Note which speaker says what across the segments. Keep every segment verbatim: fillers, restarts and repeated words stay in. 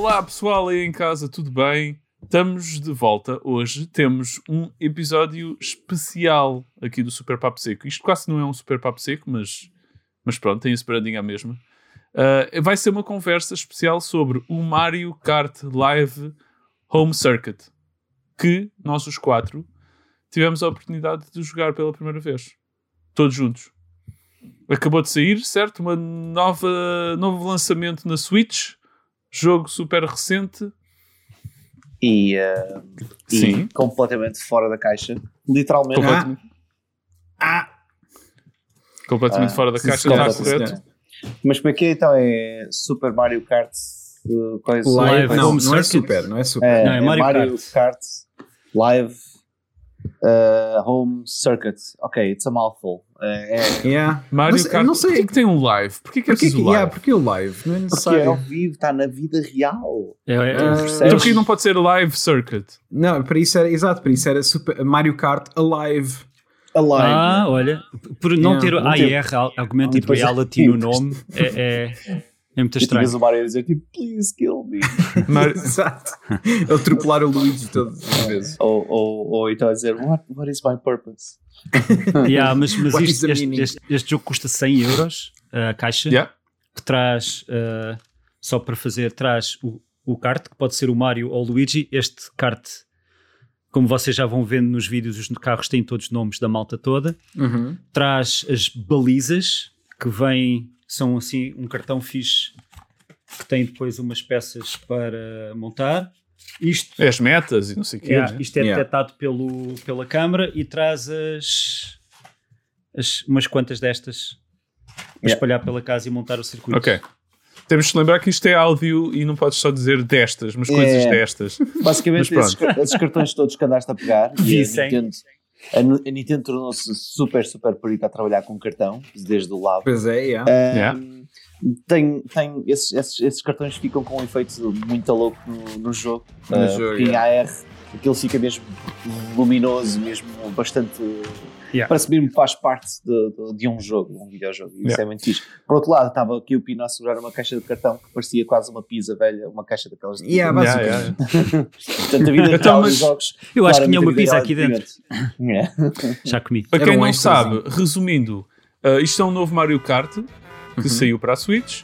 Speaker 1: Olá pessoal aí em casa, tudo bem? Estamos de volta hoje, temos um episódio especial aqui do Super Papo Seco. Isto quase não é um Super Papo Seco, mas, mas pronto, tem esse branding à mesma. Uh, vai ser uma conversa especial sobre o Mario Kart Live Home Circuit, que nós os quatro tivemos a oportunidade de jogar pela primeira vez. Todos juntos. Acabou de sair, certo? Uma nova, novo lançamento na Switch. Jogo super recente.
Speaker 2: E, uh, e completamente fora da caixa. Literalmente.
Speaker 1: Completamente,
Speaker 2: ah. Ah.
Speaker 1: completamente ah, fora da caixa, está correto.
Speaker 2: Mas como é que é então? É Super Mario Kart uh, coisa,
Speaker 3: Live,
Speaker 2: coisa,
Speaker 3: não, não é Super, não é Super.
Speaker 2: É,
Speaker 3: não, é Mario,
Speaker 2: é Mario
Speaker 3: Kart.
Speaker 2: Kart Live uh, Home Circuit. Ok, it's a mouthful. Uh, é,
Speaker 3: yeah.
Speaker 1: Mario
Speaker 3: não,
Speaker 1: Kart,
Speaker 3: não sei.
Speaker 1: Porquê que tem um live? Porquê que é preciso live?
Speaker 3: Yeah, porque o live não é necessário.
Speaker 2: Porque é ao vivo, está na vida real.
Speaker 3: É, é,
Speaker 1: uh, então porquê não pode ser Live Circuit?
Speaker 3: Não, para isso era, exato, para isso era Super, Mario Kart Alive.
Speaker 2: Alive.
Speaker 4: Ah, olha, por não
Speaker 3: yeah,
Speaker 4: ter o A R, Augmented Reality, no nome, é, é, é muito estranho.
Speaker 2: E o Mario a dizer tipo, please kill me.
Speaker 3: Exato. Atropelar o Luigi todas as vezes.
Speaker 2: Ou, ou, ou então a dizer, what, what is my purpose?
Speaker 4: yeah, mas mas isto, este, este, este jogo custa cem euros a caixa,
Speaker 1: yeah.
Speaker 4: que traz, uh, só para fazer, traz o, o kart, que pode ser o Mario ou o Luigi. Este kart, como vocês já vão vendo nos vídeos, os carros têm todos os nomes da malta toda.
Speaker 3: Uhum.
Speaker 4: Traz as balizas, que vêm, são assim um cartão fixe, que tem depois umas peças para montar. Isto,
Speaker 1: é as metas e não sei o quê.
Speaker 4: Yeah,
Speaker 1: né?
Speaker 4: Isto é
Speaker 3: yeah.
Speaker 4: detectado pelo, pela câmara e traz as, as, umas quantas destas para
Speaker 2: yeah.
Speaker 4: espalhar pela casa e montar o circuito.
Speaker 1: Ok. Temos de lembrar que isto é áudio e não podes só dizer destas, mas coisas é. destas.
Speaker 2: Basicamente, esses, esses cartões todos que andaste a pegar.
Speaker 4: Vi,
Speaker 2: e a Nintendo, a, a Nintendo tornou-se super, super perita a trabalhar com cartão, desde o lado.
Speaker 3: Pois é, yeah.
Speaker 2: Um,
Speaker 1: yeah.
Speaker 2: Tem, tem esses, esses, esses cartões ficam com um efeito muito louco no, no jogo.
Speaker 3: No
Speaker 2: uh,
Speaker 3: jogo
Speaker 2: em
Speaker 3: yeah.
Speaker 2: A R, aquilo fica mesmo luminoso, mesmo bastante.
Speaker 4: Yeah.
Speaker 2: Parece mesmo que faz parte de, de, de um jogo, um videojogo. Isso
Speaker 1: yeah.
Speaker 2: é muito fixe. Por outro lado, estava aqui o Pino a segurar uma caixa de cartão que parecia quase uma pizza velha, uma caixa daquelas de
Speaker 3: yeah,
Speaker 2: pizza.
Speaker 1: Yeah, yeah.
Speaker 2: Portanto, a vida
Speaker 1: então,
Speaker 2: real
Speaker 1: mas
Speaker 2: dos jogos.
Speaker 4: Eu acho que tinha uma pizza aqui dentro.
Speaker 2: Yeah.
Speaker 4: Já comi.
Speaker 1: Para quem
Speaker 3: um
Speaker 1: não
Speaker 3: extrazinho.
Speaker 1: sabe, resumindo, uh, isto é um novo Mario Kart que uhum. saiu para a Switch.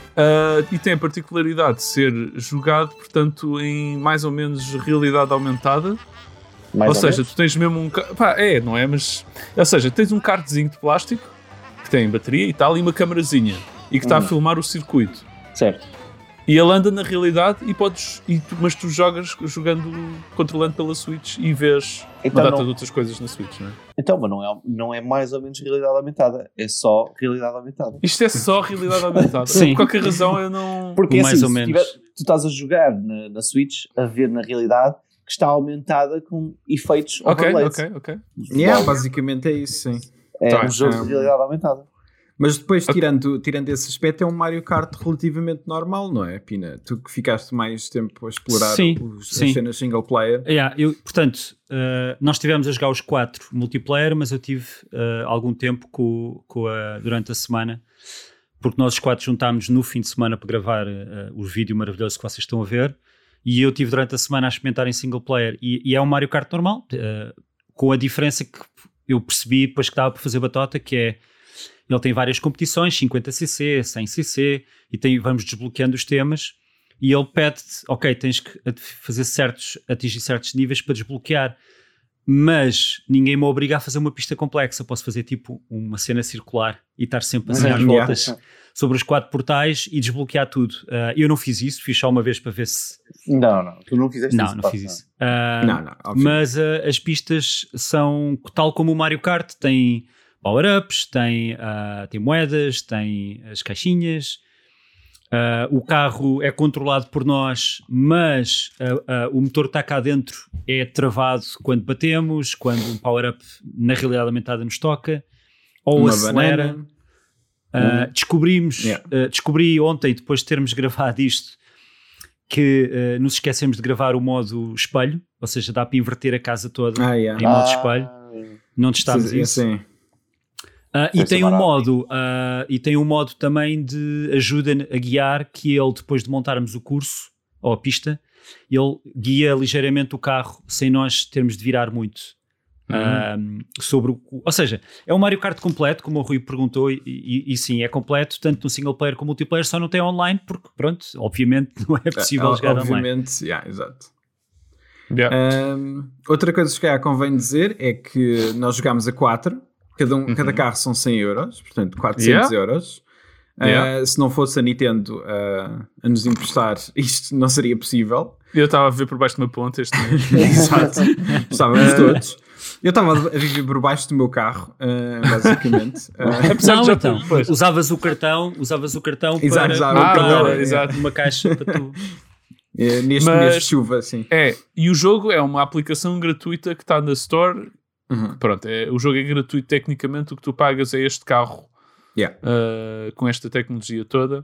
Speaker 1: Uh, e tem a particularidade de ser jogado, portanto, em mais ou menos realidade aumentada.
Speaker 2: Mais
Speaker 1: ou,
Speaker 2: ou
Speaker 1: seja,
Speaker 2: menos?
Speaker 1: tu tens mesmo um... Pá, é, não é? Mas... Ou seja, tens um kartzinho de plástico que tem bateria e tal, e uma camarazinha e que está
Speaker 2: hum.
Speaker 1: a filmar o circuito.
Speaker 2: Certo.
Speaker 1: E ele anda na realidade, e podes, e tu, mas tu jogas jogando, controlando pela Switch e vês
Speaker 2: então
Speaker 1: uma data
Speaker 2: não,
Speaker 1: de outras coisas na Switch, não é?
Speaker 2: Então, mas não é, não é mais ou menos realidade aumentada, é só realidade aumentada.
Speaker 1: Isto é só realidade aumentada.
Speaker 4: Sim.
Speaker 1: Por qualquer razão eu não...
Speaker 2: Porque
Speaker 4: mais
Speaker 2: assim,
Speaker 4: ou
Speaker 2: se
Speaker 4: menos.
Speaker 2: tiver, tu estás a jogar na, na Switch, a ver na realidade, que está aumentada com efeitos
Speaker 1: Ok,
Speaker 2: overlays.
Speaker 1: ok, ok.
Speaker 3: Yeah, basicamente é isso, sim.
Speaker 2: É
Speaker 1: Tá,
Speaker 2: um jogo
Speaker 3: é.
Speaker 2: de realidade aumentada.
Speaker 3: Mas depois, tirando, tirando esse aspecto, é um Mario Kart relativamente normal, não é, Pina? Tu que ficaste mais tempo a explorar
Speaker 4: sim,
Speaker 3: os,
Speaker 4: sim.
Speaker 3: as cenas single player.
Speaker 4: Yeah, eu, portanto, uh, nós estivemos a jogar os quatro multiplayer, mas eu tive uh, algum tempo com, com a, durante a semana, porque nós os quatro juntámos no fim de semana para gravar uh, o vídeo maravilhoso que vocês estão a ver, e eu tive durante a semana a experimentar em single player, e, e é um Mario Kart normal, uh, com a diferença que eu percebi depois que estava para fazer batota, que é ele tem várias competições, cinquenta centímetros, cem centímetros, e tem, vamos desbloqueando os temas, e ele pede-te, ok, tens que fazer certos, atingir certos níveis para desbloquear, mas ninguém me obriga a fazer uma pista complexa. Posso fazer tipo uma cena circular e estar sempre assim às voltas sobre os quatro portais e desbloquear tudo. Uh, eu não fiz isso, fiz só uma vez para ver se...
Speaker 2: Não, não, tu não fizeste
Speaker 4: não,
Speaker 2: isso.
Speaker 4: Não,
Speaker 2: não
Speaker 4: fiz isso. Uh,
Speaker 3: não, não,
Speaker 4: mas uh, as pistas são tal como o Mario Kart, tem power-ups, tem, uh, tem moedas, tem as caixinhas. Uh, o carro é controlado por nós, mas uh, uh, o motor que está cá dentro é travado quando batemos, quando um power-up na realidade aumentada nos toca, ou
Speaker 3: uma
Speaker 4: acelera.
Speaker 3: Banana.
Speaker 4: Uh, descobrimos,
Speaker 3: yeah.
Speaker 4: uh, descobri ontem, depois de termos gravado isto, que uh, nos esquecemos de gravar o modo espelho, ou seja, dá para inverter a casa toda
Speaker 3: ah, yeah.
Speaker 4: em modo
Speaker 2: ah,
Speaker 4: espelho. Não testámos
Speaker 3: sim,
Speaker 4: isso.
Speaker 3: Sim.
Speaker 4: Uh, e, tem um modo, uh, e tem um modo também de ajuda a guiar, que ele, depois de montarmos o curso, ou a pista, ele guia ligeiramente o carro sem nós termos de virar muito. Uhum. Um, sobre o, ou seja, é um Mario Kart completo, como o Rui perguntou, e, e, e sim, é completo tanto no single player como no multiplayer, só não tem online porque, pronto, obviamente não é possível
Speaker 3: é,
Speaker 4: jogar
Speaker 3: obviamente,
Speaker 4: online.
Speaker 3: Yeah, exato.
Speaker 1: Yeah.
Speaker 3: Um, outra coisa que se calhar convém dizer é que nós jogámos a quatro, cada, um, uhum. cada carro são cem euros, portanto quatrocentos yeah. euros. Yeah. Uh, se não fosse a Nintendo uh, a nos emprestar, isto não seria possível.
Speaker 1: Eu estava a ver por baixo de uma ponta este mês.
Speaker 3: Exato, estávamos todos. Eu estava a viver por baixo do meu carro, uh, basicamente. Uh,
Speaker 4: não, já então, usavas o cartão, usavas o cartão
Speaker 3: exato,
Speaker 4: para
Speaker 3: usava
Speaker 1: ah,
Speaker 3: o cartão,
Speaker 1: é, exato.
Speaker 4: uma caixa para tu.
Speaker 3: É, neste
Speaker 1: Mas,
Speaker 3: mês de chuva, sim.
Speaker 1: É, e o jogo é uma aplicação gratuita que está na Store.
Speaker 3: Uhum.
Speaker 1: Pronto, é, o jogo é gratuito tecnicamente, o que tu pagas é este carro
Speaker 3: yeah.
Speaker 1: uh, com esta tecnologia toda.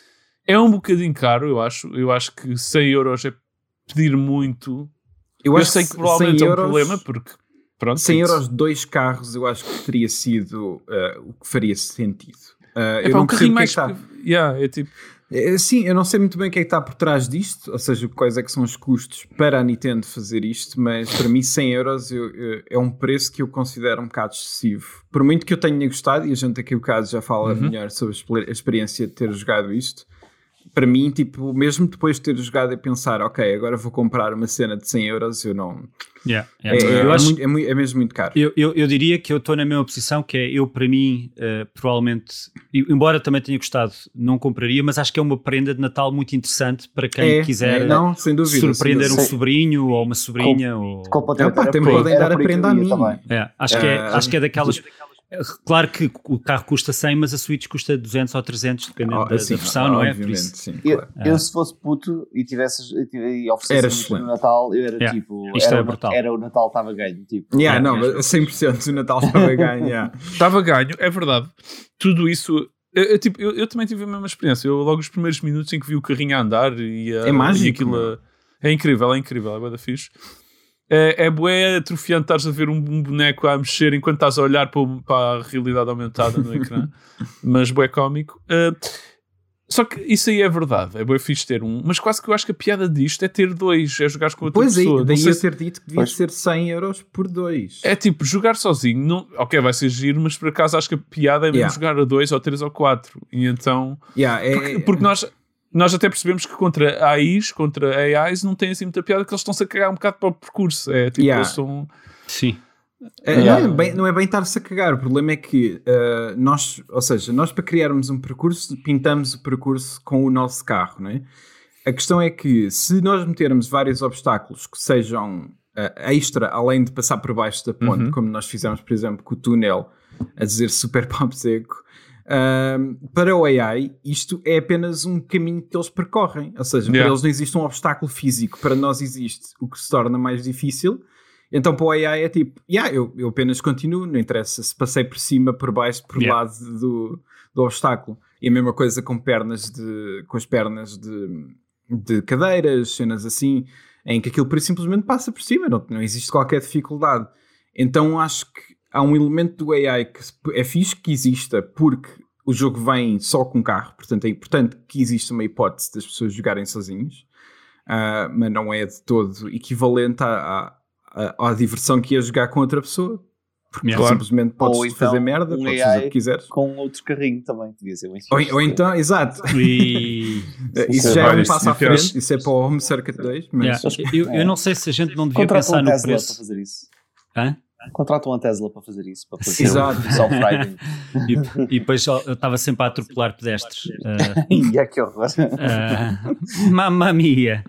Speaker 1: É um bocadinho caro, eu acho. Eu acho que cem euros é pedir muito.
Speaker 3: Eu,
Speaker 1: eu
Speaker 3: acho
Speaker 1: sei que provavelmente
Speaker 3: euros,
Speaker 1: é um problema, porque pronto,
Speaker 3: cem euros dois carros eu acho que teria sido uh, o que faria sentido. Uh,
Speaker 1: é
Speaker 3: eu
Speaker 1: para
Speaker 3: não
Speaker 1: um carrinho mais...
Speaker 3: Que é que tá...
Speaker 1: yeah, é tipo...
Speaker 3: é, sim, eu não sei muito bem o que é que está por trás disto, ou seja, quais é que são os custos para a Nintendo fazer isto, mas para mim cem euros eu, eu, é um preço que eu considero um bocado excessivo. Por muito que eu tenha gostado, e a gente aqui o caso já fala uhum. melhor sobre a experiência de ter jogado isto, para mim, tipo, mesmo depois de ter jogado e pensar, ok, agora vou comprar uma cena de cem euros, eu não...
Speaker 4: Yeah, yeah.
Speaker 3: É, é,
Speaker 4: eu
Speaker 3: é,
Speaker 4: acho,
Speaker 3: muito, é, muito, é mesmo muito caro.
Speaker 4: Eu, eu, eu diria que eu estou na mesma posição, que é, eu para mim, uh, provavelmente, embora também tenha gostado, não compraria, mas acho que é uma prenda de Natal muito interessante para quem
Speaker 3: é,
Speaker 4: quiser
Speaker 3: é, não, sem dúvida,
Speaker 4: surpreender
Speaker 3: sem
Speaker 4: um
Speaker 3: dúvida.
Speaker 4: sobrinho ou uma sobrinha.
Speaker 2: Com,
Speaker 4: ou...
Speaker 2: completamente.
Speaker 3: Opa, também podem dar a prenda a mim.
Speaker 4: É, acho, que é,
Speaker 3: uh,
Speaker 4: acho que é daquelas... Claro que o carro custa cem, mas a Switch custa duzentos ou trezentos, dependendo oh, da,
Speaker 3: sim,
Speaker 4: da versão, não é? Por
Speaker 3: isso. Sim,
Speaker 2: eu,
Speaker 3: claro.
Speaker 2: eu, se fosse puto e tivesse e oferecesse no Natal, eu era
Speaker 4: yeah.
Speaker 2: tipo.
Speaker 4: Isto
Speaker 2: era,
Speaker 4: é brutal.
Speaker 2: Era o Natal estava ganho. Tipo,
Speaker 3: yeah, é, não, cem por cento o Natal estava ganho. Yeah.
Speaker 1: Estava ganho, é verdade. Tudo isso. Eu, eu, tipo, eu, eu também tive a mesma experiência. Eu, logo os primeiros minutos em que vi o carrinho a andar e, a,
Speaker 3: é mágico,
Speaker 1: e aquilo. É incrível, é incrível, é bué da fixe. É, é bué atrofiante estares a ver um, um boneco a mexer enquanto estás a olhar para, para a realidade aumentada no ecrã, mas bué cómico. Uh, só que isso aí é verdade, é bué fixe ter um, mas quase que eu acho que a piada disto é ter dois, é jogar com outra
Speaker 3: pois
Speaker 1: pessoa.
Speaker 3: Pois é, daí eu
Speaker 1: se...
Speaker 3: ter dito que devia pois. ser cem euros por dois.
Speaker 1: É tipo, jogar sozinho, não... ok, vai ser giro, mas por acaso acho que a piada é mesmo yeah. jogar a dois ou três ou quatro. E então...
Speaker 3: Yeah, é...
Speaker 1: porque, porque nós... Nós até percebemos que contra A Is, contra A Is, não tem assim muita piada, que eles estão-se a cagar um bocado para o percurso. É tipo,
Speaker 3: yeah.
Speaker 1: eles são...
Speaker 4: Sim.
Speaker 3: É, yeah. não, é bem, não é bem estar-se a cagar, o problema é que uh, nós, ou seja, nós para criarmos um percurso, pintamos o percurso com o nosso carro, não é? A questão é que se nós metermos vários obstáculos que sejam uh, extra, além de passar por baixo da ponte, uhum. como nós fizemos, por exemplo, com o túnel, a dizer Super Pop Seco, Uh, para o A I, isto é apenas um caminho que eles percorrem. Ou seja, yeah. para eles não existe um obstáculo físico, para nós existe, o que se torna mais difícil. Então para o A I é tipo, yeah, eu, eu apenas continuo, não interessa se passei por cima, por baixo, por yeah. lado do, do obstáculo. E a mesma coisa com pernas de, com as pernas de, de cadeiras, cenas assim, em que aquilo por simplesmente passa por cima, não, não existe qualquer dificuldade. Então acho que há um elemento do A I que é fixe que exista porque o jogo vem só com carro, portanto é importante que exista uma hipótese das pessoas jogarem sozinhos, uh, mas não é de todo equivalente à, à, à diversão que ia jogar com outra pessoa, porque claro. simplesmente podes então, fazer merda, um podes fazer o que quiseres.
Speaker 2: Com outro carrinho também, devia ser muito
Speaker 3: ou, ou então, exato.
Speaker 4: E...
Speaker 3: isso já é um passo à frente, isso é para o Home Circuit dois. Mas...
Speaker 4: Yeah. Eu, eu não sei se a gente não devia
Speaker 2: Contrata
Speaker 4: pensar
Speaker 2: um
Speaker 4: no
Speaker 2: Tesla
Speaker 4: preço.
Speaker 2: Para fazer isso.
Speaker 4: Hã?
Speaker 2: Contrata uma Tesla para fazer isso, para fazer
Speaker 3: Exato.
Speaker 2: o self-driving.
Speaker 4: E, e depois eu estava sempre a atropelar pedestres. Uh,
Speaker 2: e é que horror.
Speaker 4: Uh, mamma mia.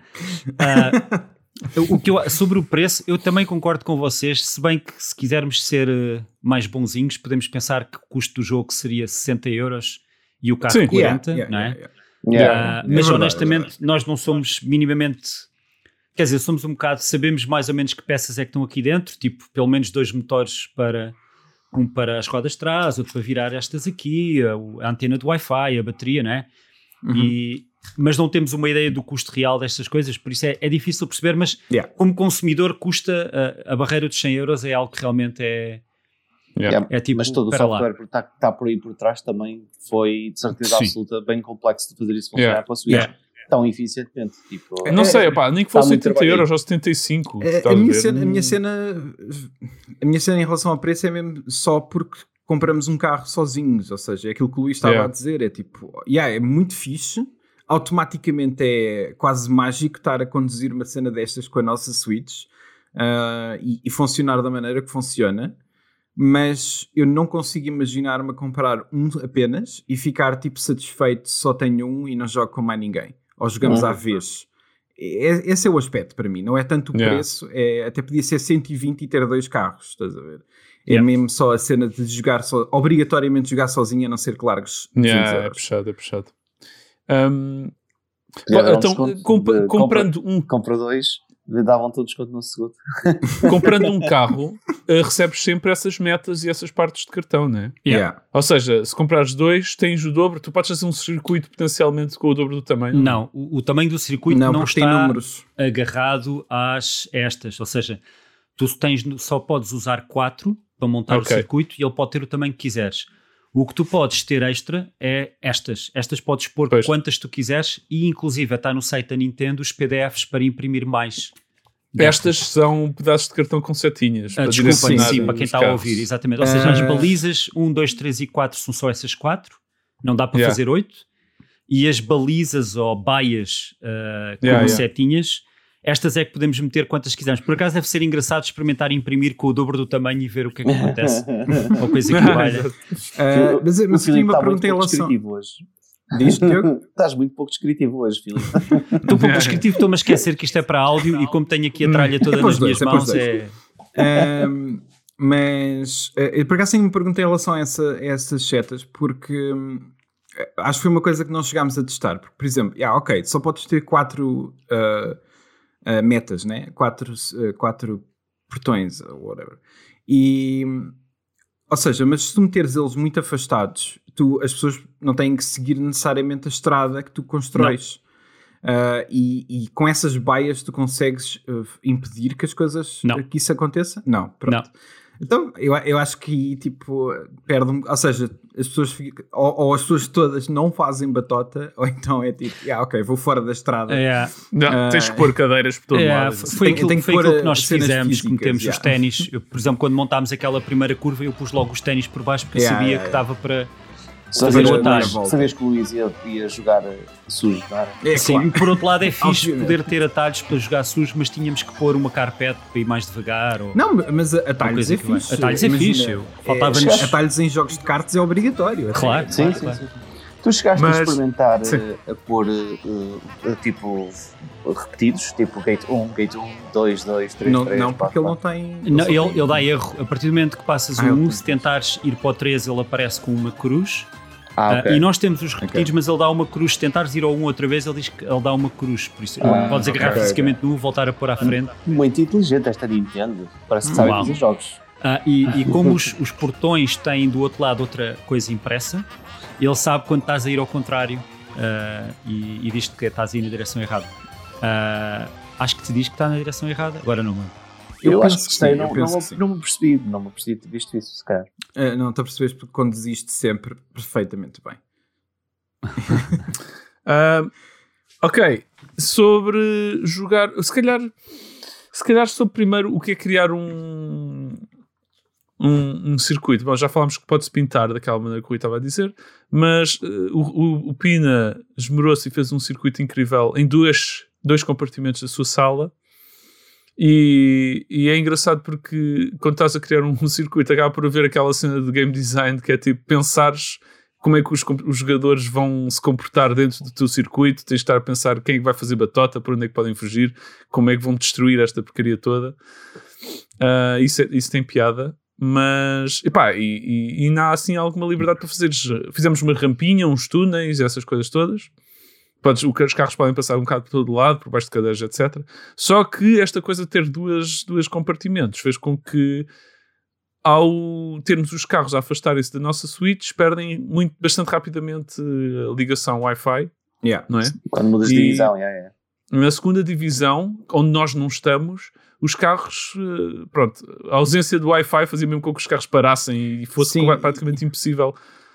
Speaker 4: Uh, o que eu, sobre o preço, eu também concordo com vocês, se bem que se quisermos ser uh, mais bonzinhos, podemos pensar que o custo do jogo seria sessenta euros e o carro
Speaker 1: Sim.
Speaker 4: quarenta,
Speaker 3: yeah, yeah,
Speaker 4: não é?
Speaker 3: Yeah, yeah.
Speaker 4: Yeah. Uh, mas
Speaker 3: é verdade,
Speaker 4: honestamente,
Speaker 3: é
Speaker 4: nós não somos minimamente... Quer dizer, somos um bocado, sabemos mais ou menos que peças é que estão aqui dentro, tipo, pelo menos dois motores para, um para as rodas de trás, outro para virar estas aqui, a, a antena do Wi-Fi, a bateria, não é? Uhum. E, mas não temos uma ideia do custo real destas coisas, por isso é, é difícil perceber, mas
Speaker 3: yeah.
Speaker 4: como consumidor custa, a, a barreira dos cem euros é algo que realmente é...
Speaker 2: Yeah.
Speaker 4: É tipo,
Speaker 2: mas todo o software que está tá por aí por trás também foi de certeza
Speaker 4: Sim.
Speaker 2: absoluta bem complexo de fazer isso funcionar
Speaker 1: yeah.
Speaker 2: com a Switch.
Speaker 4: Yeah.
Speaker 2: tão eficientemente. Tipo,
Speaker 1: não
Speaker 2: é,
Speaker 1: sei, epá, nem que fosse oitenta euros
Speaker 2: aí.
Speaker 1: ou setenta e cinco.
Speaker 3: A, a, minha cena, a, minha cena, a minha cena em relação ao preço é mesmo só porque compramos um carro sozinhos, ou seja, é aquilo que o Luís estava yeah. a dizer, é tipo, yeah, é muito fixe, automaticamente é quase mágico estar a conduzir uma cena destas com a nossa Switch uh, e, e funcionar da maneira que funciona, mas eu não consigo imaginar-me a comprar um apenas e ficar tipo satisfeito se só tenho um e não jogo com mais ninguém, ou jogamos uhum. à vez. É, esse é o aspecto para mim, não é tanto o yeah. preço, é, até podia ser cento e vinte e ter dois carros, estás a ver? É yeah. mesmo só a cena de jogar so, obrigatoriamente jogar sozinho, a não ser que largues
Speaker 1: yeah, é puxado, é puxado. Um, então, comp de, comprando
Speaker 2: compra,
Speaker 1: um...
Speaker 2: Compra dois, davam todo desconto no segundo.
Speaker 1: Comprando um carro, uh, recebes sempre essas metas e essas partes de cartão, não é?
Speaker 3: Yeah. Yeah.
Speaker 1: Ou seja, se comprares dois, tens o dobro, tu podes fazer um circuito potencialmente com o dobro do tamanho.
Speaker 4: Não, o, o tamanho do circuito não, não está números. agarrado às estas, ou seja, tu tens, só podes usar quatro para montar okay. o circuito e ele pode ter o tamanho que quiseres. O que tu podes ter extra é estas. Estas podes pôr pois. quantas tu quiseres e inclusive está no site da Nintendo os P D Fs para imprimir mais.
Speaker 1: Estas são pedaços de cartão com setinhas.
Speaker 4: Ah, desculpa, sim, sim, para quem está a ouvir, exatamente. Ou seja, uh... as balizas um, dois, três e quatro são só essas quatro. Não dá para yeah. fazer oito. E as balizas ou baias uh, com yeah, setinhas... Yeah. Estas é que podemos meter quantas quisermos. Por acaso deve ser engraçado experimentar imprimir com o dobro do tamanho e ver o que é que acontece. Uma coisa que trabalha.
Speaker 3: Uh, mas mas tinha uma pergunta em relação...
Speaker 2: Diz, Diogo? Estás muito pouco descritivo hoje, Filipe.
Speaker 4: Estou pouco descritivo, estou-me a esquecer que isto é para áudio e como tenho aqui a tralha toda é nas dois, minhas é mãos é...
Speaker 3: um, mas, uh, por acaso tenho uma pergunta em relação a, essa, a essas setas, porque... Um, acho que foi uma coisa que nós chegámos a testar. Porque, por exemplo, yeah, ok, só podes ter quatro... Uh, Uh, metas, né? Quatro, uh, quatro portões, ou whatever. E, ou seja, mas se tu meteres eles muito afastados, tu, as pessoas não têm que seguir necessariamente a estrada que tu constróis. Uh, e, e com essas baias tu consegues uh, impedir que as coisas,
Speaker 4: não.
Speaker 3: que isso aconteça? Não, pronto. Não. Então, eu, eu acho que, tipo, perde-me... Ou seja, as pessoas... Ficam, ou, ou as pessoas todas não fazem batota, ou então é tipo, ah, ok, vou fora da estrada.
Speaker 4: Yeah.
Speaker 1: Não, uh, tens que pôr cadeiras por todo
Speaker 4: yeah,
Speaker 1: lado.
Speaker 4: Foi
Speaker 3: tem,
Speaker 4: aquilo,
Speaker 3: tem que,
Speaker 4: foi
Speaker 3: pôr
Speaker 4: aquilo que nós fizemos,
Speaker 3: físicas,
Speaker 4: que metemos
Speaker 3: yeah.
Speaker 4: os ténis. Eu, por exemplo, quando montámos aquela primeira curva, eu pus logo os ténis por baixo, porque
Speaker 3: yeah,
Speaker 4: sabia
Speaker 3: yeah,
Speaker 4: que dava para...
Speaker 2: Sabias que, que o Luís ia, ia jogar sujo, não era?
Speaker 3: É,
Speaker 4: sim,
Speaker 3: claro.
Speaker 4: Por outro lado é fixe poder ter atalhos para jogar sujo, mas tínhamos que pôr uma carpete para ir mais devagar. Ou...
Speaker 3: Não, mas atalhos é fixe.
Speaker 4: Atalhos é fixe. Faltava-nos...
Speaker 3: É, atalhos em jogos de cartas é obrigatório. É
Speaker 4: claro,
Speaker 2: sim,
Speaker 4: claro,
Speaker 2: sim,
Speaker 4: claro.
Speaker 2: sim. Tu chegaste mas, a experimentar
Speaker 1: uh,
Speaker 2: a pôr uh, uh, tipo repetidos, tipo gate um, gate um, dois, dois, três,
Speaker 3: não,
Speaker 2: três,
Speaker 3: não,
Speaker 2: quatro,
Speaker 3: porque ele não tem...
Speaker 4: Não, ele, ele dá erro. A partir do momento que passas o ah, um, se tentares ir para o três, ele aparece com uma cruz.
Speaker 2: Ah, okay.
Speaker 4: uh, e nós temos os repetidos, okay. mas ele dá uma cruz. Se tentares ir ao um outra vez, ele diz que ele dá uma cruz. Por isso, ah, podes agarrar okay, fisicamente okay. no, voltar a pôr à frente.
Speaker 2: Muito inteligente esta Nintendo. Parece que sabe fazer jogos.
Speaker 4: Uh, e, e como os, os portões têm do outro lado outra coisa impressa, ele sabe quando estás a ir ao contrário uh, e, e diz-te que estás a ir na direção errada. Uh, acho que te diz que está na direção errada. Agora não me
Speaker 2: Eu, eu acho que sei, não, não, não, não me percebi, não me percebi de ter visto isso, se calhar.
Speaker 3: Uh, não, tu percebes porque conduziste sempre perfeitamente bem.
Speaker 1: uh, ok, sobre jogar, se calhar, se calhar sobre primeiro o que é criar um, um, um circuito. Bom, já falámos que pode-se pintar daquela maneira que o Rui estava a dizer, mas uh, o, o, o Pina esmerou-se e fez um circuito incrível em dois, dois compartimentos da sua sala. E, e é engraçado porque quando estás a criar um, um circuito acaba por haver aquela cena de game design que é tipo pensares como é que os, os jogadores vão se comportar dentro do teu circuito, tens de estar a pensar quem é que vai fazer batota, por onde é que podem fugir, como é que vão destruir esta porcaria toda. Uh, isso, é, isso tem piada, mas epá, e, e, e não há assim alguma liberdade para fazeres. Fizemos uma rampinha, uns túneis, essas coisas todas. Podes, os carros podem passar um bocado por todo lado, por baixo de cadeiras, etcétera. Só que esta coisa de ter duas, duas compartimentos fez com que, ao termos os carros a afastarem-se da nossa Switch, perdem muito, bastante rapidamente a ligação Wi-Fi.
Speaker 3: Yeah.
Speaker 1: Não é?
Speaker 2: Quando mudas de divisão, yeah, yeah.
Speaker 1: Na segunda divisão, onde nós não estamos, os carros, pronto, a ausência do Wi-Fi fazia mesmo com que os carros parassem e fosse Sim. praticamente impossível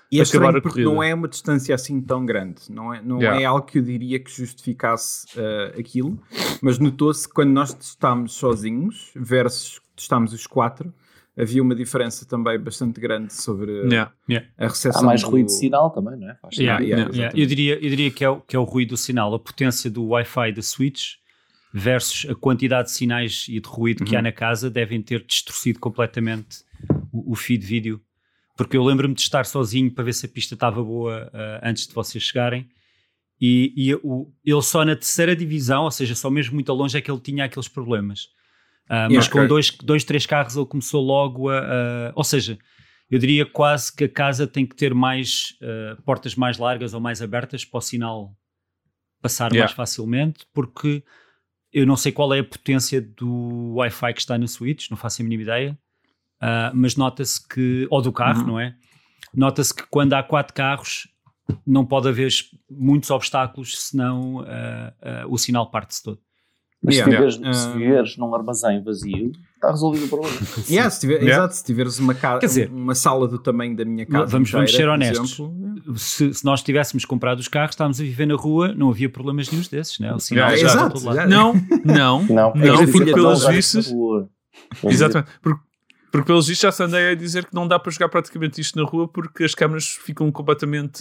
Speaker 3: E é
Speaker 1: acabar
Speaker 3: estranho
Speaker 1: a
Speaker 3: porque
Speaker 1: corrida.
Speaker 3: não é uma distância assim tão grande. Não é, não
Speaker 1: Yeah.
Speaker 3: é algo que eu diria que justificasse uh, aquilo. Mas notou-se que quando nós testámos sozinhos versus testámos os quatro, havia uma diferença também bastante grande sobre
Speaker 1: Yeah.
Speaker 4: Yeah.
Speaker 3: a recepção.
Speaker 2: Há mais
Speaker 3: do...
Speaker 2: ruído de sinal também, não é? Faz
Speaker 4: Yeah,
Speaker 3: yeah,
Speaker 4: yeah, yeah. Eu diria, eu diria que, é o, que é o ruído do sinal, a potência do Wi-Fi da Switch versus a quantidade de sinais e de ruído que
Speaker 3: Uhum.
Speaker 4: há na casa devem ter distorcido completamente o, o feed vídeo. Porque eu lembro-me de estar sozinho para ver se a pista estava boa uh, antes de vocês chegarem. E, e o, ele só na terceira divisão, ou seja, só mesmo muito longe é que ele tinha aqueles problemas. Uh, mas
Speaker 3: Yeah,
Speaker 4: com
Speaker 3: okay.
Speaker 4: dois, dois, três carros ele começou logo a... a ou seja, eu diria quase que a casa tem que ter mais uh, portas mais largas ou mais abertas para o sinal passar
Speaker 1: Yeah.
Speaker 4: mais facilmente, porque eu não sei qual é a potência do Wi-Fi que está na Switch, não faço a mínima ideia. Uh, mas nota-se que, ou do carro,
Speaker 3: Uhum.
Speaker 4: não é? Nota-se que quando há quatro carros não pode haver muitos obstáculos, senão uh, uh, o sinal parte-se todo.
Speaker 2: Mas
Speaker 3: Yeah.
Speaker 2: se, viveres,
Speaker 3: Yeah.
Speaker 2: se viveres num armazém vazio, está resolvido o problema.
Speaker 3: Yeah, se tiver,
Speaker 1: Yeah.
Speaker 3: Exato, se tiveres uma, ca...
Speaker 4: Quer dizer,
Speaker 3: uma sala do tamanho da minha casa,
Speaker 4: vamos, vamos ser
Speaker 3: inteira, por
Speaker 4: honestos.
Speaker 3: exemplo,
Speaker 4: Se, se nós tivéssemos comprado os carros, estávamos a viver na rua, não havia problemas nenhum desses, né? O sinal
Speaker 1: Yeah,
Speaker 4: já
Speaker 3: exato,
Speaker 4: para todo lado.
Speaker 3: exato.
Speaker 1: Não, não,
Speaker 2: Não,
Speaker 1: não,
Speaker 2: é
Speaker 1: porque
Speaker 2: que
Speaker 1: pelos
Speaker 2: não
Speaker 1: vistos...
Speaker 2: na rua.
Speaker 1: Exatamente, porque, porque pelos vistos já se andei a dizer que não dá para jogar praticamente isto na rua porque as câmaras ficam completamente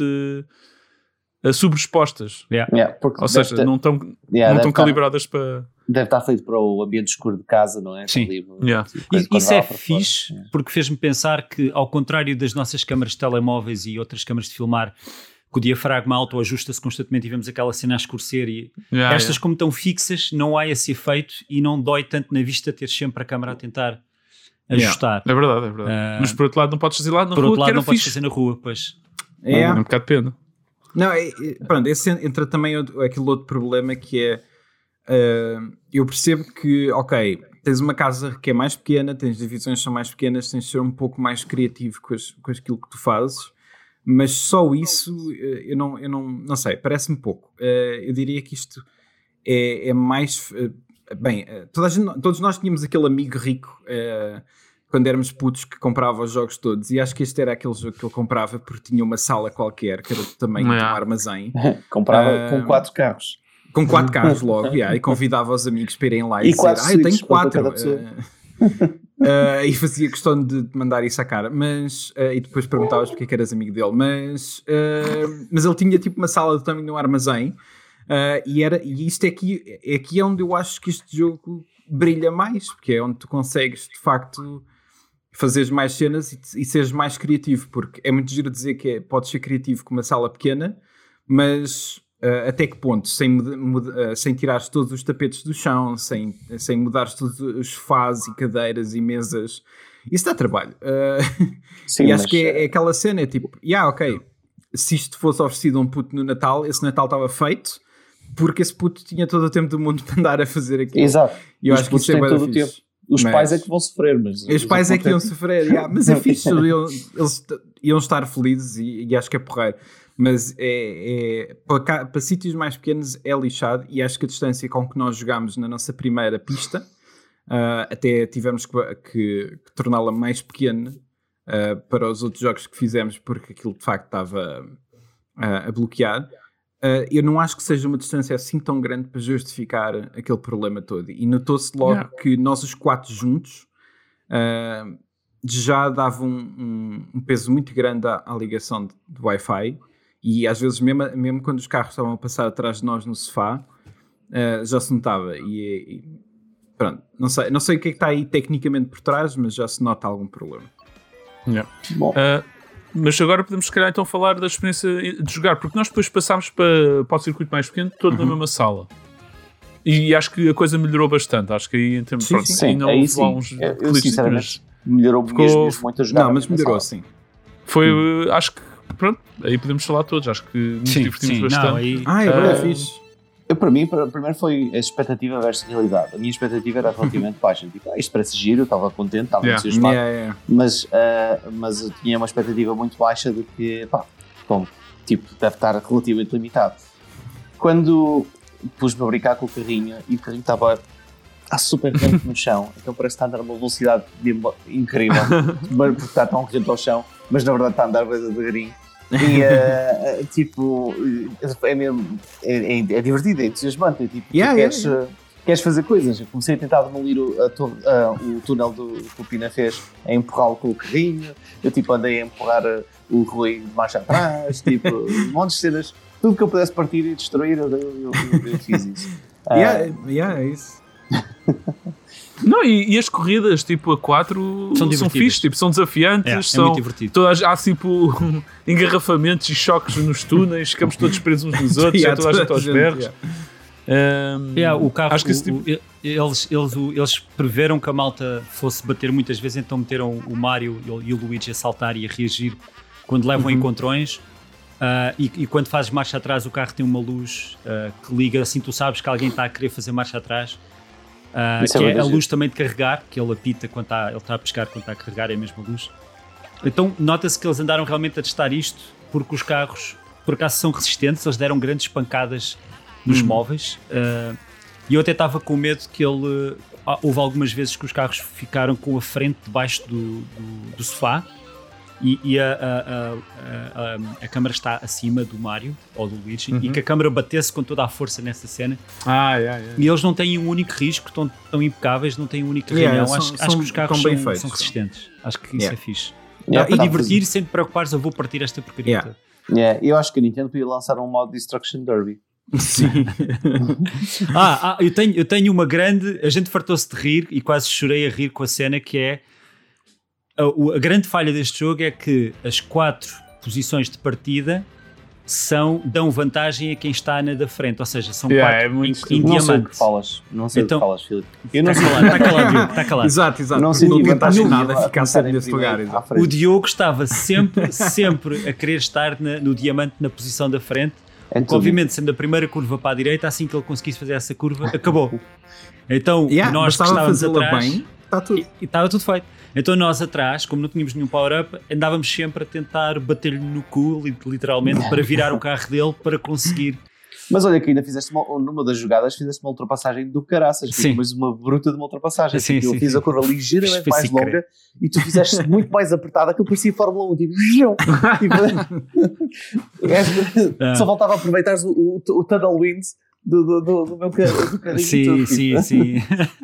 Speaker 1: uh, sobreexpostas.
Speaker 4: Yeah.
Speaker 2: Yeah, porque
Speaker 1: Ou
Speaker 2: deve
Speaker 1: seja,
Speaker 2: ter-
Speaker 1: não estão
Speaker 2: yeah,
Speaker 1: não
Speaker 2: deve
Speaker 1: estão
Speaker 2: estar-
Speaker 1: calibradas para...
Speaker 2: Deve estar feito para o ambiente escuro de casa, não é?
Speaker 4: Sim.
Speaker 2: Ali,
Speaker 1: Yeah.
Speaker 2: tipo,
Speaker 4: E,
Speaker 2: quando
Speaker 4: isso
Speaker 2: vai
Speaker 4: é
Speaker 2: lá para fora.
Speaker 4: fixe,
Speaker 2: Yeah.
Speaker 4: porque fez-me pensar que, ao contrário das nossas câmaras de telemóveis e outras câmaras de filmar, que o diafragma auto-ajusta-se constantemente e vemos aquela cena a escurecer, e
Speaker 1: Yeah,
Speaker 4: estas,
Speaker 1: yeah.
Speaker 4: como estão fixas, não há esse efeito e não dói tanto na vista ter sempre a câmara a tentar ajustar.
Speaker 1: É verdade, é verdade.
Speaker 4: Ah,
Speaker 1: Mas por outro lado não podes fazer lá na
Speaker 4: Por
Speaker 1: rua
Speaker 4: outro
Speaker 1: que
Speaker 4: lado,
Speaker 1: era
Speaker 4: não podes
Speaker 1: fixe.
Speaker 4: fazer na rua, pois.
Speaker 3: é,
Speaker 1: É um bocado de pena.
Speaker 3: Não, é, é, pronto, esse entra também outro- aquele outro problema que é uh, eu percebo que, ok, tens uma casa que é mais pequena, tens divisões que são mais pequenas, tens de ser um pouco mais criativo com, as, com aquilo que tu fazes, mas só isso uh, eu, não, eu não, não sei, parece-me pouco. Uh, eu diria que isto é, é mais... Uh, bem, uh, toda a gente, todos nós tínhamos aquele amigo rico... Uh, quando éramos putos que comprava os jogos todos, e acho que este era aquele jogo que ele comprava porque tinha uma sala qualquer que era do tamanho
Speaker 1: Yeah.
Speaker 3: de um armazém
Speaker 2: Comprava
Speaker 3: Ah,
Speaker 2: com quatro carros.
Speaker 3: com quatro carros logo, yeah, e convidava os amigos para irem lá e,
Speaker 2: E
Speaker 3: dizer,
Speaker 2: quatro
Speaker 3: ah, eu tenho
Speaker 2: suítes para
Speaker 3: quatro
Speaker 2: cada pessoa.
Speaker 3: Ah, e fazia questão de mandar isso à cara, mas ah, e depois perguntavas porque é que eras amigo dele, mas, ah, mas ele tinha tipo uma sala do tamanho de um armazém. Uh, e, era, e isto é aqui, é aqui onde eu acho que este jogo brilha mais, porque é onde tu consegues de facto fazeres mais cenas e, e seres mais criativo, porque é muito giro dizer que é, podes ser criativo com uma sala pequena, mas uh, até que ponto? Sem, muda, muda, uh, sem tirares todos os tapetes do chão, sem, sem mudares todos os sofás e cadeiras e mesas, isso dá trabalho. Uh,
Speaker 2: Sim,
Speaker 3: e
Speaker 2: mas,
Speaker 3: acho que é, é aquela cena, é tipo, yeah, ok, se isto fosse oferecido a um puto no Natal, esse Natal estava feito, porque esse puto tinha todo o tempo do mundo para andar a fazer aquilo.
Speaker 2: Exato.
Speaker 3: E eu
Speaker 2: Os
Speaker 3: acho que
Speaker 2: putos
Speaker 3: isso é
Speaker 2: têm
Speaker 3: bué
Speaker 2: todo o
Speaker 3: fixe.
Speaker 2: tempo. Os
Speaker 3: Mas-
Speaker 2: pais é que vão sofrer, mas...
Speaker 3: Os pais é que iam sofrer, yeah, mas é fixe, eles, eles t- iam estar felizes e, e acho que é porreiro. Mas é, é, para, cá- para sítios mais pequenos é lixado, e acho que a distância com que nós jogámos na nossa primeira pista, uh, até tivemos que, que, que torná-la mais pequena uh, para os outros jogos que fizemos, porque aquilo de facto estava uh, a bloquear. Uh, eu não acho que seja uma distância assim tão grande para justificar aquele problema todo. E notou-se logo
Speaker 1: Yeah.
Speaker 3: que nós os quatro juntos uh, já davam um, um, um peso muito grande à, à ligação de, de Wi-Fi, e às vezes mesmo, mesmo quando os carros estavam a passar atrás de nós no sofá, uh, já se notava. E, e pronto, não sei, não sei o que é que está aí tecnicamente por trás, mas já se nota algum problema.
Speaker 1: Yeah.
Speaker 2: Bom,
Speaker 1: Uh, mas agora podemos, se calhar, então falar da experiência de jogar, porque nós depois passámos para, para o circuito mais pequeno, todo
Speaker 3: Uhum.
Speaker 1: na mesma sala. E acho que a coisa melhorou bastante. Acho que aí, em termos
Speaker 3: Sim,
Speaker 1: pronto,
Speaker 3: sim.
Speaker 2: sim,
Speaker 1: ainda
Speaker 2: aí
Speaker 1: houve
Speaker 2: sim.
Speaker 1: lá uns
Speaker 2: Eu, eu
Speaker 1: glitches,
Speaker 2: sinceramente
Speaker 1: mas
Speaker 2: melhorou
Speaker 1: ficou-
Speaker 2: mesmo, mesmo muito a jogar.
Speaker 3: Não,
Speaker 2: na
Speaker 3: mas
Speaker 2: mesma
Speaker 3: melhorou
Speaker 2: sala.
Speaker 3: sim.
Speaker 1: foi, uh, acho que, pronto, aí podemos falar todos. Acho que nos
Speaker 4: Sim,
Speaker 1: divertimos
Speaker 4: sim.
Speaker 1: bastante.
Speaker 4: Não, aí,
Speaker 3: Ah, é
Speaker 1: Uh,
Speaker 3: bem fixe.
Speaker 2: Eu, para mim, para, primeiro foi a expectativa versus a realidade. A minha expectativa era relativamente baixa. Tipo, ah, isto parece giro, eu estava contente, estava
Speaker 1: Yeah.
Speaker 2: entusiasmado.
Speaker 3: Yeah, yeah.
Speaker 2: Mas, ah, mas eu tinha uma expectativa muito baixa de que, pá, bom, tipo, deve estar relativamente limitado. Quando pus-me a brincar com o carrinho e o carrinho estava a super rente no chão, então parece que está a andar a uma velocidade de- incrível, mas porque está tão rente ao chão, mas na verdade está a andar bem devagarinho. E uh, tipo, é mesmo é, é divertido, é entusiasmante. É, tipo,
Speaker 3: yeah,
Speaker 2: tu queres,
Speaker 3: yeah, yeah.
Speaker 2: queres fazer coisas. Eu comecei a tentar demolir o, a, a, o túnel do, que o Pina fez, a empurrá-lo com o carrinho. Eu tipo, andei a empurrar o Rui de marcha atrás, tipo, um monte de cenas. Tudo que eu pudesse partir e destruir, eu, eu, eu, eu fiz isso.
Speaker 3: Yeah, uh, yeah, é isso.
Speaker 1: Não, e, e as corridas tipo a quatro são, são fixe, tipo, são desafiantes,
Speaker 4: é,
Speaker 1: são
Speaker 4: é muito divertido.
Speaker 1: Todas, há tipo engarrafamentos e choques nos túneis, ficamos todos presos uns nos outros, yeah, toda a gente aos berros.
Speaker 4: Yeah. Um, yeah, o carro,
Speaker 1: acho que
Speaker 4: o,
Speaker 1: tipo...
Speaker 4: o, eles, eles, eles preveram que a malta fosse bater muitas vezes, então meteram o Mario e o Luigi a saltar e a reagir quando levam uhum. encontrões. Uh, e, e quando fazes marcha atrás, o carro tem uma luz uh, que liga, assim tu sabes que alguém está a querer fazer marcha atrás. Uh, que é, é a luz também de carregar, que ele apita quando está, ele está a pescar quando está a carregar, é a mesma luz. Então nota-se que eles andaram realmente a testar isto porque os carros por acaso são resistentes, eles deram grandes pancadas nos hum. móveis uh, e eu até estava com medo que ele uh, houve algumas vezes que os carros ficaram com a frente debaixo do, do, do sofá e, e a, a, a, a, a câmara está acima do Mario ou do Luigi uhum. e que a câmara batesse com toda a força nessa cena.
Speaker 1: Ah, yeah, yeah.
Speaker 4: E eles não têm um único risco, estão tão impecáveis, não têm um único yeah, arranhão. Acho, são, acho que os carros são, feitos, são resistentes. Acho que yeah. isso é fixe. Yeah, e divertir sem te preocupares, eu vou partir esta porcaria.
Speaker 2: Yeah. Yeah, eu acho que a Nintendo podia lançar um modo Destruction Derby.
Speaker 3: Sim.
Speaker 4: ah, ah, eu, tenho, eu tenho uma grande. A gente fartou-se de rir e quase chorei a rir com a cena que é. A, a grande falha deste jogo é que as quatro posições de partida são, dão vantagem a quem está na da frente, ou seja, são
Speaker 1: yeah,
Speaker 4: quatro
Speaker 1: é muito
Speaker 4: em, em
Speaker 2: não
Speaker 4: diamante.
Speaker 2: Sei o que falas, não sei então, o que falas, Filipe.
Speaker 4: Eu não sei lá, está calado, Diogo, está calado.
Speaker 3: Exato, exato.
Speaker 2: Não sei
Speaker 3: vantagem nada a ficar sempre nesse lugar.
Speaker 4: O Diogo estava sempre, sempre a querer estar na, no diamante na posição da frente, é porque, obviamente, sendo a primeira curva para a direita, assim que ele conseguisse fazer essa curva, acabou. Então,
Speaker 3: yeah,
Speaker 4: nós que estávamos atrás,
Speaker 3: bem, está tudo.
Speaker 4: E, e estava tudo feito. Então nós atrás, como não tínhamos nenhum power-up, andávamos sempre a tentar bater-lhe no cu, literalmente, para virar o carro dele, para conseguir.
Speaker 2: Mas olha que ainda fizeste uma, numa das jogadas, fizeste uma ultrapassagem do caraças, mas uma bruta de uma ultrapassagem.
Speaker 4: Sim,
Speaker 2: eu
Speaker 4: sim,
Speaker 2: fiz
Speaker 4: sim.
Speaker 2: a curva ligeiramente mais longa e tu fizeste muito mais apertada, que eu parecia Fórmula um, tipo, tipo ah. só faltava aproveitares o, o, o tunnel winds do, do, do, do meu carro, do carrinho.
Speaker 4: Sim,
Speaker 2: todo,
Speaker 4: sim,
Speaker 2: tipo.
Speaker 4: sim.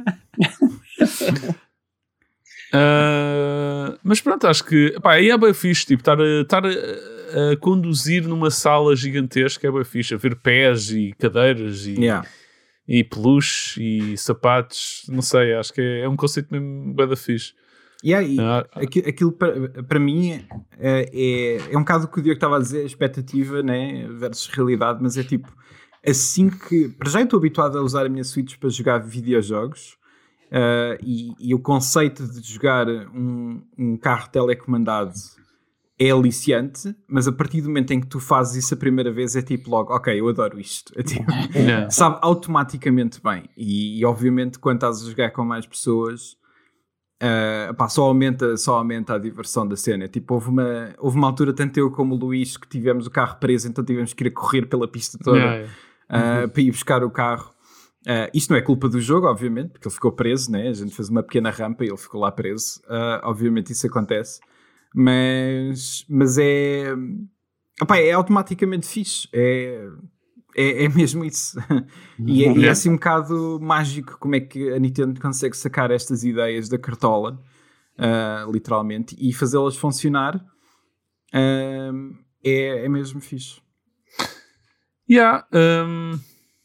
Speaker 1: Uh, mas pronto, acho que pá, aí é bem fixe, tipo, estar, a, estar a, a conduzir numa sala gigantesca é bem fixe, a ver pés e cadeiras e,
Speaker 3: yeah.
Speaker 1: e peluche e sapatos, não sei, acho que é, é um conceito mesmo bem da fixe.
Speaker 3: Yeah, e uh, aquilo, aquilo para, para mim é, é, é um bocado o que o Diogo estava a dizer, expectativa, né, versus realidade, mas é tipo, assim que, para já eu estou habituado a usar a minha Switch para jogar videojogos. Uh, e, e o conceito de jogar um, um carro telecomandado é aliciante, mas a partir do momento em que tu fazes isso a primeira vez é tipo logo, ok, eu adoro isto. É tipo, yeah. Sabe automaticamente bem. E, e obviamente quando estás a jogar com mais pessoas, uh, pá, só, aumenta, só aumenta a diversão da cena. Tipo, houve uma, houve uma altura, tanto eu como o Luís, que tivemos o carro preso, então tivemos que ir a correr pela pista toda yeah, yeah. Uh, para ir buscar o carro. Uh, isto não é culpa do jogo, obviamente, porque ele ficou preso, né? A gente fez uma pequena rampa e ele ficou lá preso. Uh, obviamente isso acontece. Mas, mas é... Opa, é automaticamente fixe. É, é, é mesmo isso. e, é, e é assim um bocado mágico como é que a Nintendo consegue sacar estas ideias da cartola, uh, literalmente, e fazê-las funcionar. Uh, é, é mesmo fixe.
Speaker 1: Yeah, um...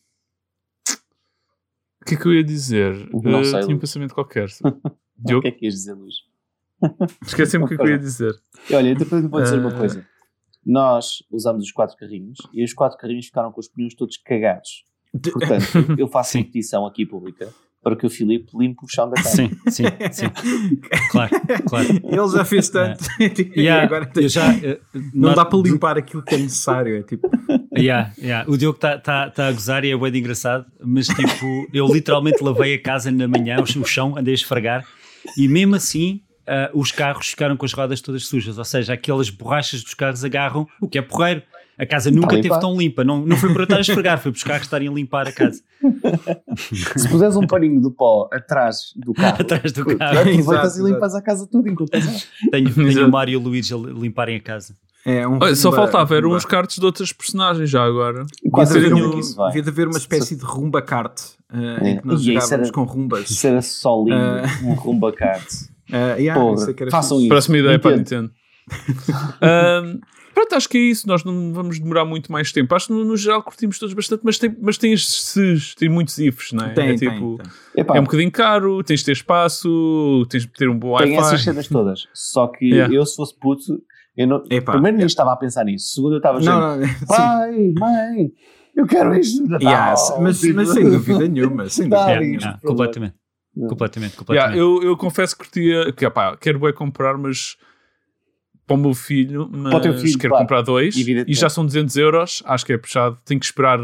Speaker 1: O que é que eu ia dizer?
Speaker 2: Não
Speaker 1: uh,
Speaker 2: sei,
Speaker 1: tinha um pensamento qualquer.
Speaker 2: O que é que ias dizer, Luís?
Speaker 1: Esqueci-me o que é que eu ia dizer.
Speaker 2: Olha, depois eu vou dizer uh... uma coisa. Nós usamos os quatro carrinhos e os quatro carrinhos ficaram com os pneus todos cagados. Portanto, eu faço uma petição aqui pública para que o Filipe limpe o chão da casa.
Speaker 4: Sim, sim, sim. Claro, claro.
Speaker 3: Ele já fez tanto.
Speaker 4: Uh, yeah, agora eu já, uh,
Speaker 3: não dá para limpar aquilo que é necessário. É tipo...
Speaker 4: Yeah, yeah. O Diogo está tá, tá a gozar e é bem engraçado, mas tipo, eu literalmente lavei a casa na manhã, o chão, andei a esfregar, e mesmo assim uh, os carros ficaram com as rodas todas sujas, ou seja, aquelas borrachas dos carros agarram, o que é porreiro. A casa nunca esteve tão limpa, não, não foi para eu estar a esfregar, foi para os carros estarem a limpar a casa.
Speaker 2: Se puseres um paninho de pó atrás do carro,
Speaker 4: atrás do carro,
Speaker 2: aproveitas e limpas a casa tudo enquanto estás.
Speaker 4: Tenho, tenho o Mário e o Luís a limparem a casa.
Speaker 3: É um
Speaker 1: Olha, só
Speaker 3: rumba,
Speaker 1: faltava, eram
Speaker 3: rumba.
Speaker 1: uns cards de outras personagens já agora.
Speaker 2: Quase
Speaker 3: Devia
Speaker 2: havia
Speaker 3: haver,
Speaker 2: um-
Speaker 3: um,
Speaker 2: isso vai.
Speaker 3: devia haver uma espécie de rumba kart uh, em
Speaker 2: É.
Speaker 3: que nós
Speaker 2: E isso
Speaker 3: jogávamos
Speaker 2: era-
Speaker 3: com rumbas.
Speaker 2: Isso era só lindo,
Speaker 3: Ah.
Speaker 2: um rumba kart.
Speaker 3: Uh, yeah,
Speaker 2: Porra,
Speaker 3: isso é que era
Speaker 2: façam
Speaker 3: fixe.
Speaker 2: isso.
Speaker 1: Próxima ideia para a
Speaker 2: Nintendo.
Speaker 1: Nintendo. Ahm, pronto, acho que é isso. Nós não vamos demorar muito mais tempo. Acho que no, no geral curtimos todos bastante, mas tem, mas tem estes ses, tem muitos ifs, não é?
Speaker 3: Tem,
Speaker 1: é
Speaker 3: tem,
Speaker 1: tipo,
Speaker 3: tem.
Speaker 2: Epá,
Speaker 1: é um bocadinho caro, tens de ter espaço, tens de ter um bom
Speaker 2: tem essas
Speaker 1: Wi-Fi.
Speaker 2: cenas todas. Só que
Speaker 1: Yeah.
Speaker 2: eu, se fosse puto, eu não,
Speaker 3: Epá,
Speaker 2: primeiro nem
Speaker 3: yeah.
Speaker 2: estava a pensar nisso. Segundo, eu estava
Speaker 3: Não,
Speaker 2: sempre,
Speaker 3: não, sim.
Speaker 2: pai, mãe, eu quero isto no Natal.
Speaker 3: Yeah, mas,
Speaker 2: Tipo,
Speaker 3: mas sem dúvida nenhuma. Sem
Speaker 2: Dá
Speaker 3: dúvida
Speaker 4: Yeah,
Speaker 2: isto,
Speaker 3: nenhuma.
Speaker 4: yeah,
Speaker 2: por favor.
Speaker 4: completamente.
Speaker 2: Não.
Speaker 4: Completamente,
Speaker 1: Yeah,
Speaker 4: completamente.
Speaker 1: eu, eu confesso que curtia, que, opá, quero bem comprar, mas para o meu filho, mas
Speaker 2: Para o teu filho,
Speaker 1: quero
Speaker 2: claro.
Speaker 1: comprar dois
Speaker 2: Evidentemente.
Speaker 1: e já são duzentos euros. Acho que é puxado. Tenho que esperar,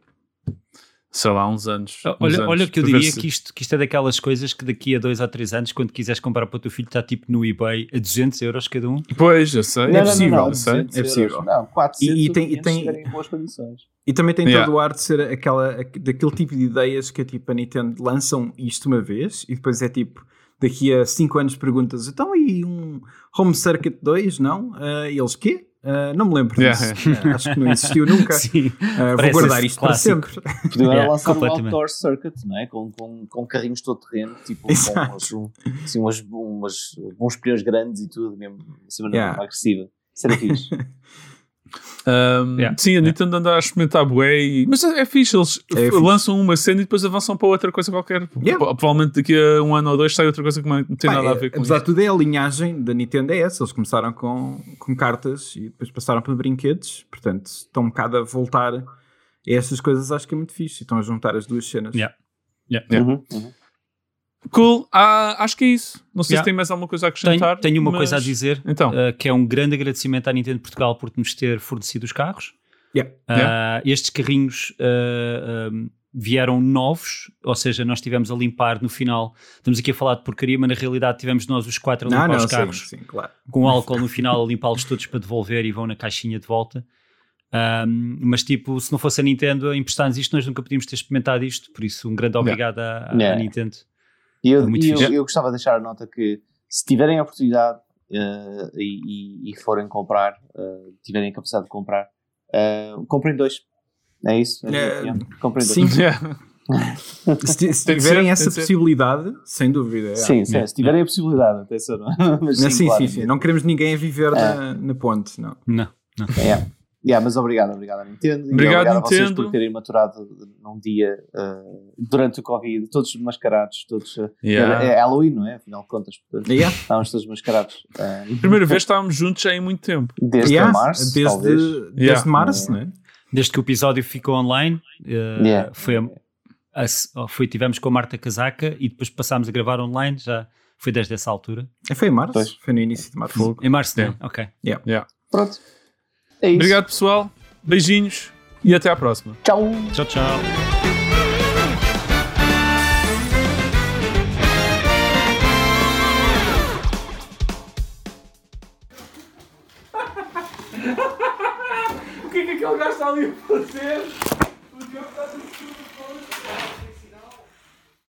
Speaker 1: sei lá, uns anos. uns
Speaker 4: Olha,
Speaker 1: anos
Speaker 4: olha que eu
Speaker 1: para ver
Speaker 4: diria
Speaker 1: se-
Speaker 4: que isto, que isto é daquelas coisas que daqui a dois ou três anos, quando quiseres comprar para o teu filho, está tipo no eBay a duzentos euros cada um.
Speaker 1: Pois, eu sei.
Speaker 2: Não,
Speaker 1: é
Speaker 2: não,
Speaker 1: possível,
Speaker 2: não, não,
Speaker 1: eu sei.
Speaker 2: duzentos
Speaker 3: É possível.
Speaker 2: euros. Não, quatrocentos
Speaker 3: E- e tem- e
Speaker 2: quinhentos
Speaker 3: tem-
Speaker 2: estiverem em boas condições.
Speaker 3: E também tem
Speaker 1: Yeah.
Speaker 3: todo o ar de ser aquela, daquele tipo de ideias que é tipo a Nintendo lançam isto uma vez e depois é tipo daqui a cinco anos perguntas então e um Home Circuit dois, não? Uh, e eles, quê? Uh, não me lembro
Speaker 1: Yeah.
Speaker 3: disso. Uh, acho que não existiu nunca.
Speaker 4: Sim.
Speaker 3: Uh, vou
Speaker 4: Parece
Speaker 3: guardar
Speaker 4: esse
Speaker 3: isto para
Speaker 4: clássico.
Speaker 3: sempre.
Speaker 2: Podiam
Speaker 4: Yeah,
Speaker 2: lançar um
Speaker 4: completamente.
Speaker 2: outdoor circuit, não é? Com, com, com carrinhos todo terreno, tipo
Speaker 3: Exato.
Speaker 2: com umas, um, assim, umas, umas, uns pneus grandes e tudo, mesmo acima da
Speaker 3: Yeah.
Speaker 2: forma agressiva. Isso era fixe.
Speaker 1: Um,
Speaker 4: Yeah.
Speaker 1: Sim, a Nintendo anda a experimentar bué, e- mas é, é fixe, eles
Speaker 3: É
Speaker 1: f-
Speaker 3: fixe.
Speaker 1: lançam uma cena e depois avançam para outra coisa qualquer.
Speaker 3: Yeah.
Speaker 1: Pro- Provavelmente daqui a um ano ou dois sai outra coisa que não tem
Speaker 3: Pá,
Speaker 1: nada a
Speaker 3: é-
Speaker 1: ver com
Speaker 3: apesar
Speaker 1: isso.
Speaker 3: de tudo, é a linhagem da Nintendo é essa. Eles começaram com, com cartas e depois passaram para brinquedos. Portanto, estão um bocado a voltar a essas coisas. Acho que é muito fixe. E estão a juntar as duas cenas.
Speaker 4: Yeah. Yeah.
Speaker 1: Yeah.
Speaker 2: Uhum, uhum.
Speaker 1: Cool, ah, acho que é isso. Não sei
Speaker 4: Yeah.
Speaker 1: se tem mais alguma coisa a
Speaker 4: Tenho,
Speaker 1: acrescentar.
Speaker 4: tenho uma
Speaker 1: mas-
Speaker 4: coisa a dizer,
Speaker 1: Então,
Speaker 4: uh, que é um grande agradecimento à Nintendo de Portugal por nos ter fornecido os carros.
Speaker 3: Yeah.
Speaker 4: Uh,
Speaker 1: Yeah.
Speaker 4: Estes carrinhos uh, um, vieram novos, ou seja, nós estivemos a limpar no final. Estamos aqui a falar de porcaria, mas na realidade tivemos nós os quatro a
Speaker 3: Não,
Speaker 4: limpar
Speaker 3: não,
Speaker 4: os carros
Speaker 3: sim, sim, claro.
Speaker 4: com álcool no final, a limpá-los todos para devolver e vão na caixinha de volta. Um, mas tipo, se não fosse a Nintendo a emprestar-nos isto, nós nunca podíamos ter experimentado isto. Por isso, um grande obrigado à, à
Speaker 2: Yeah.
Speaker 4: Nintendo.
Speaker 2: E eu,
Speaker 4: É muito
Speaker 2: e eu,
Speaker 4: fixe.
Speaker 2: eu gostava de deixar a nota que se tiverem a oportunidade eh, e, e- e forem comprar, eh, tiverem a capacidade de comprar, eh, comprem dois. É isso? É a minha
Speaker 3: É,
Speaker 2: opinião. Comprem dois.
Speaker 3: sim.
Speaker 1: yeah.
Speaker 3: Se, ti- se
Speaker 1: Tem de
Speaker 3: tiverem
Speaker 1: ser,
Speaker 3: essa
Speaker 1: tem de ser.
Speaker 3: possibilidade, sem dúvida. é.
Speaker 2: Sim, sim,
Speaker 4: Yeah.
Speaker 2: se tiverem a possibilidade, atenção. Não? é? Mas
Speaker 3: Não, sim,
Speaker 2: claro.
Speaker 3: sim, sim. Não queremos ninguém a viver
Speaker 2: É.
Speaker 3: na, na ponte, não.
Speaker 4: Não.
Speaker 2: Yeah. Yeah, mas obrigado, obrigado à Nintendo. E
Speaker 1: Obrigado,
Speaker 2: obrigado a vocês
Speaker 1: Nintendo.
Speaker 2: por terem maturado num dia uh, durante o Covid, todos mascarados, todos. Uh,
Speaker 1: Yeah.
Speaker 2: é, é Halloween, não é? Afinal de contas, portanto,
Speaker 3: Yeah.
Speaker 2: estávamos todos mascarados. Uh,
Speaker 1: Primeira vez estávamos juntos já em muito tempo.
Speaker 2: desde
Speaker 3: Yeah,
Speaker 2: março,
Speaker 3: desde,
Speaker 2: talvez.
Speaker 3: desde
Speaker 1: Yeah.
Speaker 3: março, não é?
Speaker 4: Desde que o episódio ficou online, uh,
Speaker 2: Yeah.
Speaker 4: foi, a, a- foi, tivemos com a Marta Casaca e depois passámos a gravar online, já foi desde essa altura.
Speaker 3: É, Foi em março?
Speaker 2: Pois.
Speaker 3: Foi no início de março.
Speaker 4: Em março,
Speaker 1: Yeah.
Speaker 4: não é? Ok.
Speaker 1: Yeah.
Speaker 2: Pronto. É isso.
Speaker 1: Obrigado, pessoal. Beijinhos e até à próxima.
Speaker 2: Tchau.
Speaker 4: Tchau, tchau.
Speaker 1: O que é que aquele gajo está ali a fazer?